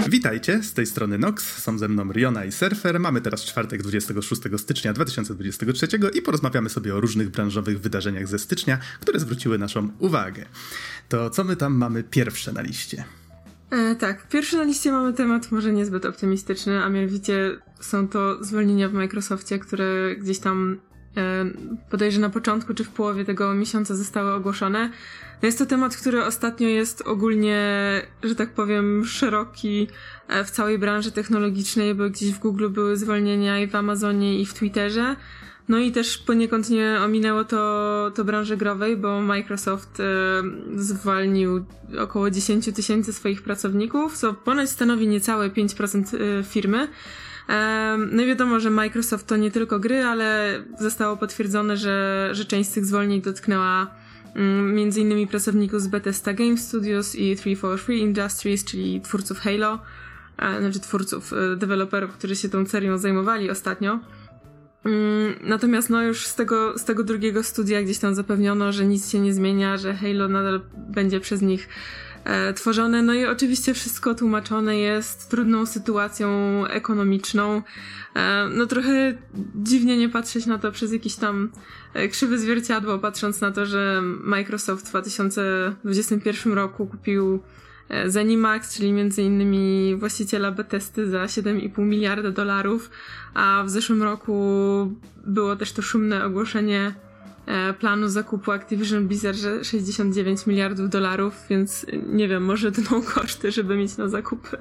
Witajcie, z tej strony Nox, są ze mną Riona i Surfer. Mamy teraz czwartek 26 stycznia 2023 i porozmawiamy sobie o różnych branżowych wydarzeniach ze stycznia, które zwróciły naszą uwagę. To co my tam mamy pierwsze na liście? Tak, pierwszy na liście mamy temat może niezbyt optymistyczny, a mianowicie są to zwolnienia w Microsoftie, które gdzieś tam bodajże na początku czy w połowie tego miesiąca zostały ogłoszone. No jest to temat, który ostatnio jest ogólnie, że tak powiem, szeroki w całej branży technologicznej, bo gdzieś w Google były zwolnienia i w Amazonie i w Twitterze. No i też poniekąd nie ominęło to branży growej, bo Microsoft zwolnił około 10 000 swoich pracowników, co ponoć stanowi niecałe 5% firmy. No i wiadomo, że Microsoft to nie tylko gry, ale zostało potwierdzone, że część z tych zwolnień dotknęła między innymi pracowników z Bethesda Game Studios i 343 Industries, czyli twórców Halo, znaczy deweloperów, którzy się tą serią zajmowali ostatnio. Natomiast no już z tego drugiego studia gdzieś tam zapewniono, że nic się nie zmienia, że Halo nadal będzie przez nich tworzone. No i oczywiście wszystko tłumaczone jest trudną sytuacją ekonomiczną. No trochę dziwnie nie patrzeć na to przez jakieś tam krzywe zwierciadło, patrząc na to, że Microsoft w 2021 roku kupił ZeniMax, czyli między innymi właściciela Bethesdy za $7,5 miliarda, a w zeszłym roku było też to szumne ogłoszenie planu zakupu Activision Blizzard, że $69 miliardów, więc nie wiem, może dną koszty, żeby mieć na zakupy.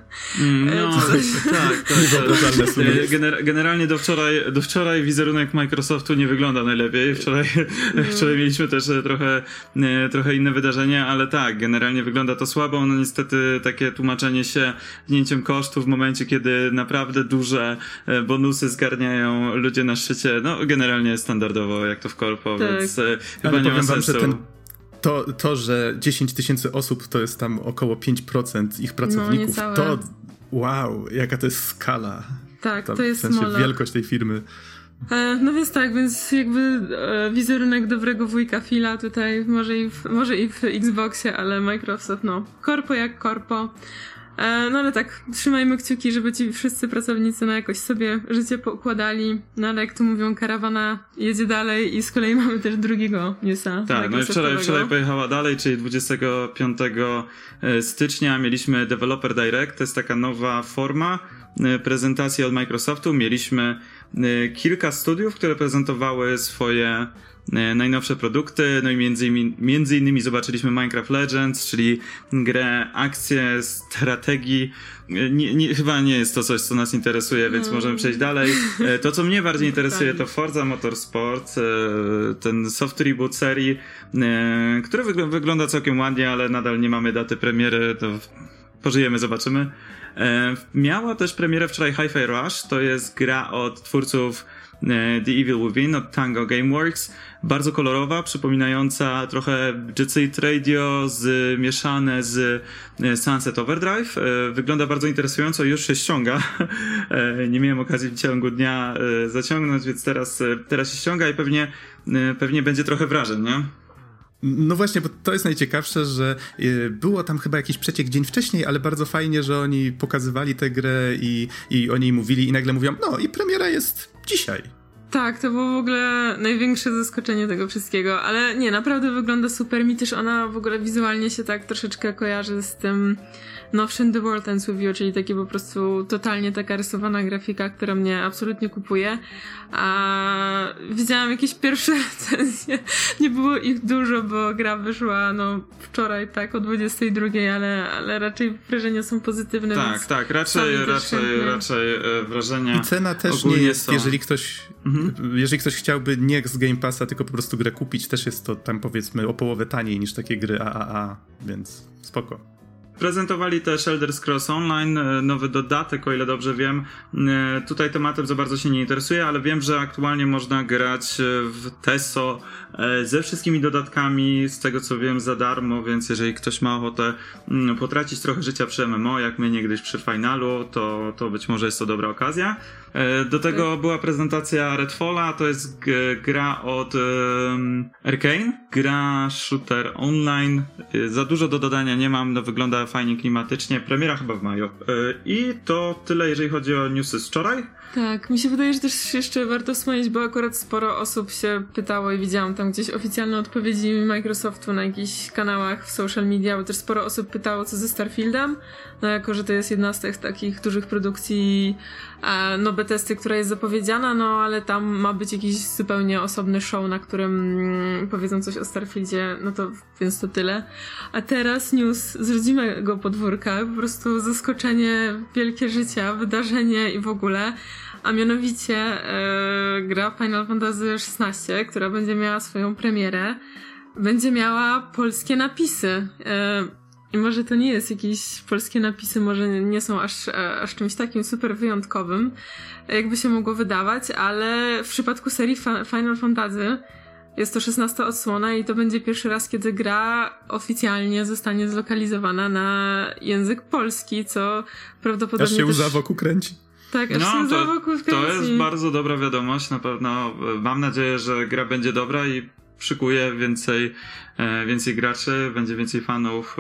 Tak. Generalnie do wczoraj wizerunek Microsoftu nie wygląda najlepiej. Wczoraj mieliśmy też trochę inne wydarzenia, ale tak, generalnie wygląda to słabo. No niestety takie tłumaczenie się wnięciem kosztów w momencie, kiedy naprawdę duże bonusy zgarniają ludzie na szczycie, no generalnie standardowo, jak to w korpo, tak. Więc chyba nie ma sensu. To, że 10 000 osób to jest tam około 5% ich pracowników, to wow, jaka to jest skala. Tak, to jest w sensie wielkość tej firmy. No więc jakby wizerunek dobrego wujka Phila tutaj, może i w Xboxie, ale Microsoft, korpo jak korpo. No ale tak, trzymajmy kciuki, żeby ci wszyscy pracownicy jakoś sobie życie poukładali. No ale jak tu mówią, karawana jedzie dalej i z kolei mamy też drugiego newsa. Tak, no i wczoraj pojechała dalej, czyli 25 stycznia mieliśmy Developer Direct, to jest taka nowa forma prezentacji od Microsoftu. Mieliśmy kilka studiów, które prezentowały swoje najnowsze produkty, no i między innymi zobaczyliśmy Minecraft Legends, czyli grę akcję, strategii. Chyba nie jest to coś, co nas interesuje, więc możemy przejść dalej. To, co mnie bardziej interesuje, to Forza Motorsport, ten soft reboot serii, który wygląda całkiem ładnie, ale nadal nie mamy daty premiery, to pożyjemy, zobaczymy. Miała też premierę wczoraj Hi-Fi Rush, to jest gra od twórców The Evil Within od Tango Gameworks, bardzo kolorowa, przypominająca trochę Jet Set Radio mieszane z Sunset Overdrive. Wygląda bardzo interesująco i już się ściąga. Nie miałem okazji w ciągu dnia zaciągnąć, więc teraz się ściąga i pewnie będzie trochę wrażeń, nie? No właśnie, bo to jest najciekawsze, że było tam chyba jakiś przeciek dzień wcześniej, ale bardzo fajnie, że oni pokazywali tę grę i o niej mówili i nagle mówią, no i premiera jest dzisiaj. Tak, to było w ogóle największe zaskoczenie tego wszystkiego, ale nie, naprawdę wygląda super. Mi też ona w ogóle wizualnie się tak troszeczkę kojarzy z tym nowszym The World Ends With You, czyli takie po prostu totalnie taka rysowana grafika, która mnie absolutnie kupuje. A widziałam jakieś pierwsze recenzje, nie było ich dużo, bo gra wyszła wczoraj tak o 22, ale raczej wrażenia są pozytywne. Tak, raczej wrażenia. I cena też nie jest, jeżeli ktoś chciałby nie z Game Passa, tylko po prostu grę kupić, też jest to tam powiedzmy o połowę taniej niż takie gry AAA, więc spoko. Prezentowali też Elder Scrolls Online, nowy dodatek, o ile dobrze wiem. Tutaj tematem za bardzo się nie interesuję, ale wiem, że aktualnie można grać w TESO ze wszystkimi dodatkami, z tego co wiem, za darmo, więc jeżeli ktoś ma ochotę potracić trochę życia przy MMO, jak my niegdyś przy finalu, to być może jest to dobra okazja. Do tego była prezentacja Redfalla, to jest gra od Arcane, gra shooter online. Za dużo do dodania nie mam, no wygląda fajnie klimatycznie. Premiera chyba w maju. I to tyle, jeżeli chodzi o newsy z wczoraj. Tak, mi się wydaje, że też jeszcze warto wspomnieć, bo akurat sporo osób się pytało i widziałam tam gdzieś oficjalne odpowiedzi Microsoftu na jakichś kanałach w social media, bo też sporo osób pytało, co ze Starfieldem, no jako, że to jest jedna z tych takich dużych produkcji Bethesdy, która jest zapowiedziana, no ale tam ma być jakiś zupełnie osobny show, na którym powiedzą coś o Starfieldzie, no to więc to tyle. A teraz news z rodzimego podwórka, po prostu zaskoczenie, wielkie życia, wydarzenie i w ogóle. A mianowicie gra Final Fantasy XVI, która będzie miała swoją premierę, będzie miała polskie napisy. I może to nie jest jakieś polskie napisy, może nie są aż czymś takim super wyjątkowym, jakby się mogło wydawać, ale w przypadku serii Final Fantasy jest to 16 odsłona i to będzie pierwszy raz, kiedy gra oficjalnie zostanie zlokalizowana na język polski, co prawdopodobnie aż się łza wokół kręci. Tak, aż się łza wokół kręci. To jest bardzo dobra wiadomość, na pewno. Mam nadzieję, że gra będzie dobra i szykuje więcej graczy, będzie więcej fanów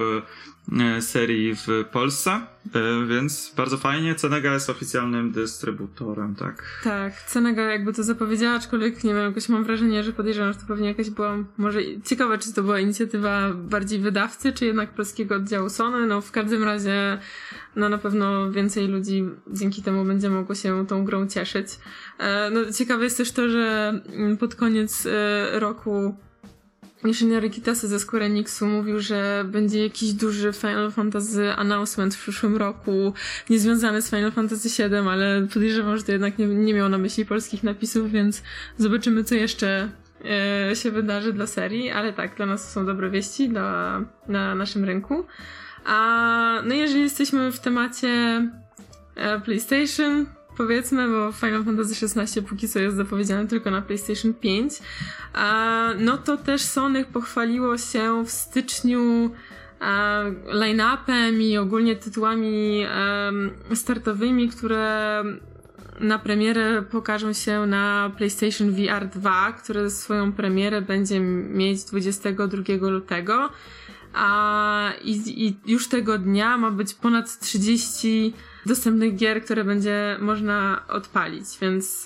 serii w Polsce, więc bardzo fajnie. Cenega jest oficjalnym dystrybutorem, tak? Tak, Cenega jakby to zapowiedziała, aczkolwiek nie wiem, jakoś mam wrażenie, że podejrzewam, że to pewnie jakaś była, może ciekawe, czy to była inicjatywa bardziej wydawcy, czy jednak polskiego oddziału Sony, no w każdym razie no na pewno więcej ludzi dzięki temu będzie mogło się tą grą cieszyć. No ciekawe jest też to, że pod koniec roku Yoshinari Kitase ze Square Enixu mówił, że będzie jakiś duży Final Fantasy announcement w przyszłym roku, niezwiązany z Final Fantasy VII, ale podejrzewam, że to jednak nie miał na myśli polskich napisów, więc zobaczymy, co jeszcze się wydarzy dla serii, ale tak, dla nas są dobre wieści na naszym rynku. No jeżeli jesteśmy w temacie PlayStation, powiedzmy, bo Final Fantasy XVI póki co jest zapowiedziane tylko na PlayStation 5, no to też Sony pochwaliło się w styczniu line-upem i ogólnie tytułami startowymi, które na premierę pokażą się na PlayStation VR 2, które swoją premierę będzie mieć 22 lutego. I już tego dnia ma być ponad 30 dostępnych gier, które będzie można odpalić, więc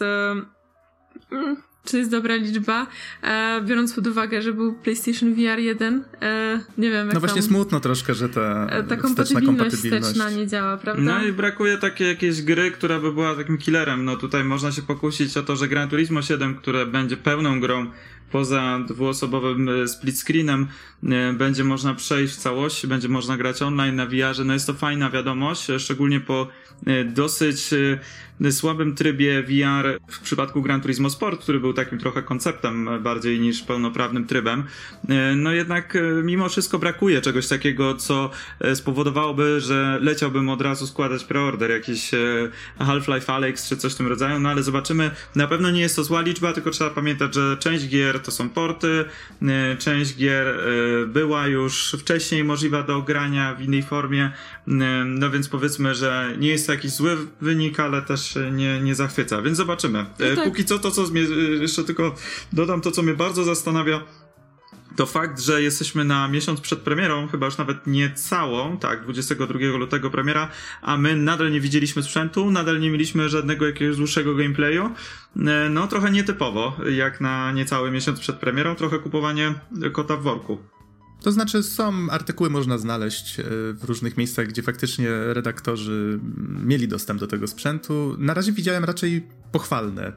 czy jest dobra liczba? Biorąc pod uwagę, że był PlayStation VR 1, nie wiem jak no właśnie tam, smutno troszkę, że ta kompatybilność wsteczna nie działa, prawda? No i brakuje takiej jakiejś gry, która by była takim killerem. No tutaj można się pokusić o to, że Gran Turismo 7, które będzie pełną grą poza dwuosobowym split screenem, będzie można przejść w całości, będzie można grać online na VR-ze. No jest to fajna wiadomość, szczególnie po dosyć słabym trybie VR w przypadku Gran Turismo Sport, który był takim trochę konceptem bardziej niż pełnoprawnym trybem. No jednak mimo wszystko brakuje czegoś takiego, co spowodowałoby, że leciałbym od razu składać preorder, jakiś Half-Life Alyx czy coś w tym rodzaju, no ale zobaczymy. Na pewno nie jest to zła liczba, tylko trzeba pamiętać, że część gier to są porty, część gier była już wcześniej możliwa do grania w innej formie, no więc powiedzmy, że nie jest to jakiś zły wynik, ale też nie zachwyca, więc zobaczymy. No tak. Póki co to, co mnie, jeszcze tylko dodam to, co mnie bardzo zastanawia, to fakt, że jesteśmy na miesiąc przed premierą, chyba już nawet nie całą, tak, 22 lutego premiera, a my nadal nie widzieliśmy sprzętu, nadal nie mieliśmy żadnego jakiegoś dłuższego gameplayu. No trochę nietypowo, jak na niecały miesiąc przed premierą, trochę kupowanie kota w worku. To znaczy są artykuły, można znaleźć w różnych miejscach, gdzie faktycznie redaktorzy mieli dostęp do tego sprzętu. Na razie widziałem raczej pochwalne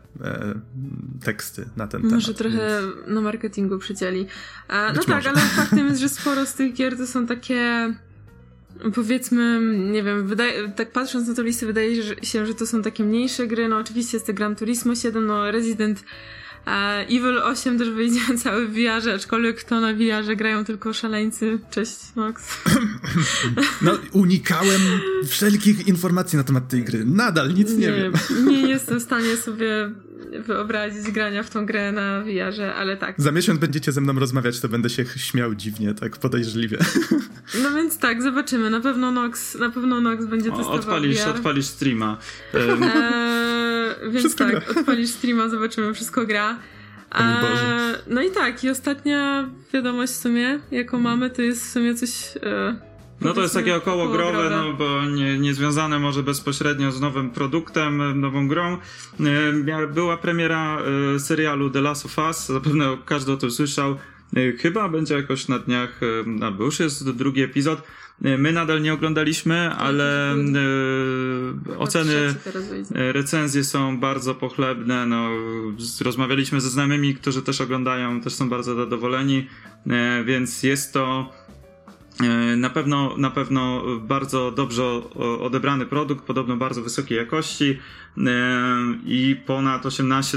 teksty na ten temat. Może trochę na marketingu przycięli. No tak, ale faktem jest, że sporo z tych gier to są takie, powiedzmy, nie wiem, tak patrząc na tę listę wydaje się, że to są takie mniejsze gry. No oczywiście jest to Gran Turismo 7, no Resident Evil 8 też wyjdzie cały w VR-ze, aczkolwiek to na VR-ze grają tylko szaleńcy. Cześć, Nox. No, unikałem wszelkich informacji na temat tej gry. Nadal nic nie wiem. Nie jestem w stanie sobie wyobrazić grania w tą grę na VR-ze, ale tak. Za miesiąc będziecie ze mną rozmawiać, to będę się śmiał dziwnie, tak podejrzliwie. No więc tak, zobaczymy. Na pewno Nox będzie testował Odpalisz streama. Więc tak, gra. Odpalisz streama, zobaczymy, wszystko gra. No i tak, i ostatnia wiadomość w sumie, jaką mamy, to jest w sumie coś... No to jest takie okołogrowe, no bo nie związane może bezpośrednio z nowym produktem, nową grą. Była premiera serialu The Last of Us, zapewne każdy o tym słyszał. Chyba będzie jakoś na dniach, albo już jest drugi epizod. My nadal nie oglądaliśmy, ale oceny, recenzje są bardzo pochlebne. No, rozmawialiśmy ze znajomymi, którzy też oglądają, też są bardzo zadowoleni, więc jest to na pewno bardzo dobrze odebrany produkt, podobno bardzo wysokiej jakości i ponad 18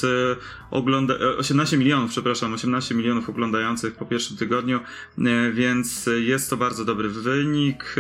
milionów oglądających po pierwszym tygodniu, więc jest to bardzo dobry wynik.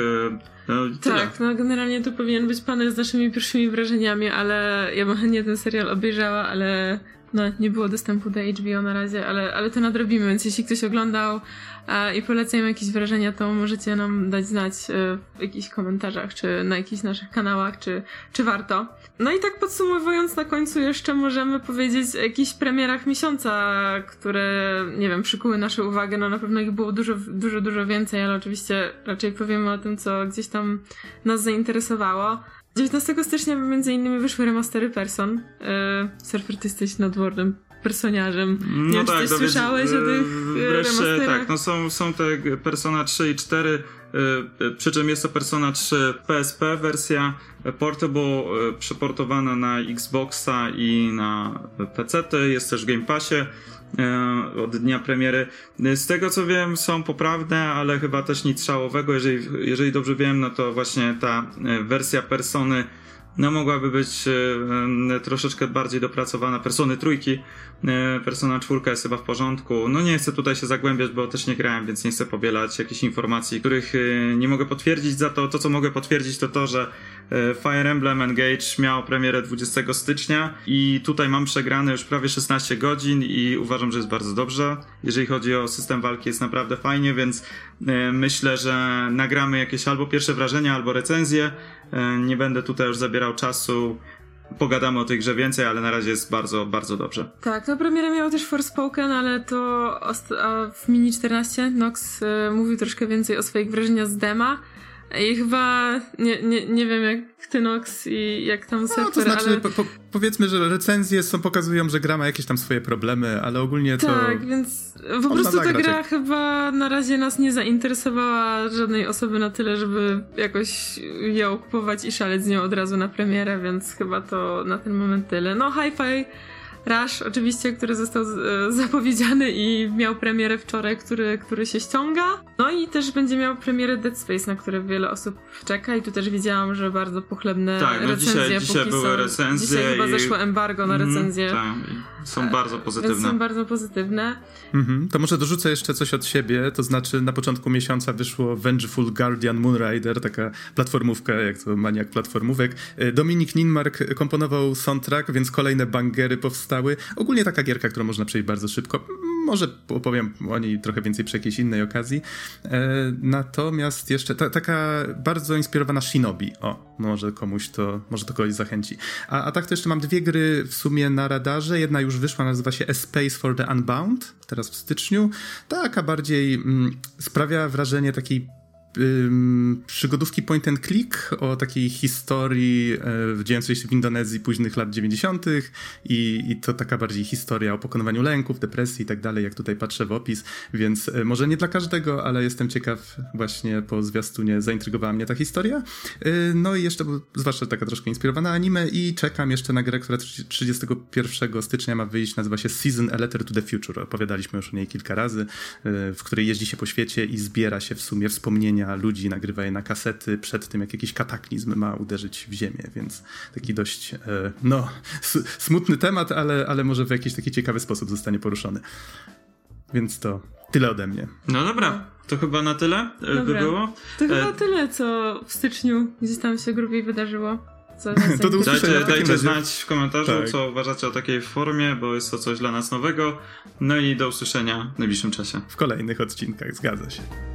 Tak, no generalnie to powinien być panel z naszymi pierwszymi wrażeniami, ale ja bym chętnie ten serial obejrzała, ale no, nie było dostępu do HBO na razie, ale to nadrobimy, więc jeśli ktoś oglądał i poleca im jakieś wrażenia, to możecie nam dać znać w jakichś komentarzach, czy na jakichś naszych kanałach, czy warto. No i tak podsumowując, na końcu jeszcze możemy powiedzieć o jakichś premierach miesiąca, które, nie wiem, przykuły naszą uwagę. No na pewno ich było dużo więcej, ale oczywiście raczej powiemy o tym, co gdzieś tam nas zainteresowało. 19 stycznia między innymi wyszły remastery Person. Surfer, ty jesteś nadwornym personiarzem. Nie wiem, czy słyszałeś o tych remasterach? Tak, no są te Persona 3 i 4, przy czym jest to Persona 3 PSP wersja portable, przeportowana na Xboxa i na PC-ty, jest też w Game Passie od dnia premiery. Z tego co wiem, są poprawne, ale chyba też nic szałowego. Jeżeli dobrze wiem, no to właśnie ta wersja Persony no mogłaby być troszeczkę bardziej dopracowana. Persony trójki, Persona 4 jest chyba w porządku. No nie chcę tutaj się zagłębiać, bo też nie grałem, więc nie chcę powielać jakichś informacji, których nie mogę potwierdzić. Za to, co mogę potwierdzić, to że Fire Emblem Engage miał premierę 20 stycznia i tutaj mam przegrane już prawie 16 godzin i uważam, że jest bardzo dobrze. Jeżeli chodzi o system walki, jest naprawdę fajnie, więc myślę, że nagramy jakieś albo pierwsze wrażenia, albo recenzje. Nie będę tutaj już zabierał czasu. Pogadamy o tej grze więcej, ale na razie jest bardzo, bardzo dobrze. Tak, no premierę miał też Forspoken, ale to w Mini 14 Nox mówił troszkę więcej o swoich wrażeniach z dema. I chyba nie wiem jak ty, Nox, i jak tam Surfer, to znaczy, ale... powiedzmy, że recenzje pokazują, że gra ma jakieś tam swoje problemy, ale ogólnie to... Tak, więc po prostu ta gra chyba na razie nas nie zainteresowała żadnej osoby na tyle, żeby jakoś ją kupować i szaleć z nią od razu na premierę, więc chyba to na ten moment tyle. No, Hi-Fi Rush oczywiście, który został zapowiedziany i miał premierę wczoraj, który się ściąga. No i też będzie miał premierę Dead Space, na które wiele osób czeka i tu też widziałam, że bardzo pochlebne recenzje. Dzisiaj były recenzje. Dzisiaj chyba zeszło embargo na recenzje. Tak, są bardzo pozytywne. Więc są bardzo pozytywne. To może dorzucę jeszcze coś od siebie, to znaczy na początku miesiąca wyszło Vengeful Guardian Moonrider, taka platformówka, jak to maniak platformówek. Dominik Ninmark komponował soundtrack, więc kolejne bangery powstały. Ogólnie taka gierka, którą można przejść bardzo szybko. Może opowiem o niej trochę więcej przy jakiejś innej okazji. Natomiast jeszcze taka bardzo inspirowana Shinobi. Może to kogoś zachęci. A tak to jeszcze mam dwie gry w sumie na radarze. Jedna już wyszła, nazywa się A Space for the Unbound, teraz w styczniu. Taka bardziej sprawia wrażenie takiej przygodówki point and click o takiej historii dziejącej się w Indonezji późnych lat 90. i to taka bardziej historia o pokonywaniu lęków, depresji i tak dalej, jak tutaj patrzę w opis, więc może nie dla każdego, ale jestem ciekaw, właśnie po zwiastunie zaintrygowała mnie ta historia. No i jeszcze, zwłaszcza taka troszkę inspirowana anime i czekam jeszcze na grę, która 31 stycznia ma wyjść, nazywa się Season A Letter to the Future. Opowiadaliśmy już o niej kilka razy, w której jeździ się po świecie i zbiera się w sumie wspomnienia ludzi, nagrywa je na kasety przed tym, jak jakiś kataklizm ma uderzyć w ziemię, więc taki dość smutny temat, ale może w jakiś taki ciekawy sposób zostanie poruszony. Więc to tyle ode mnie. No dobra, to chyba na tyle by było. To chyba tyle, co w styczniu gdzieś tam się grubiej wydarzyło. To dajcie znać w komentarzu, co uważacie o takiej formie, bo jest to coś dla nas nowego. No i do usłyszenia w najbliższym czasie. W kolejnych odcinkach, zgadza się.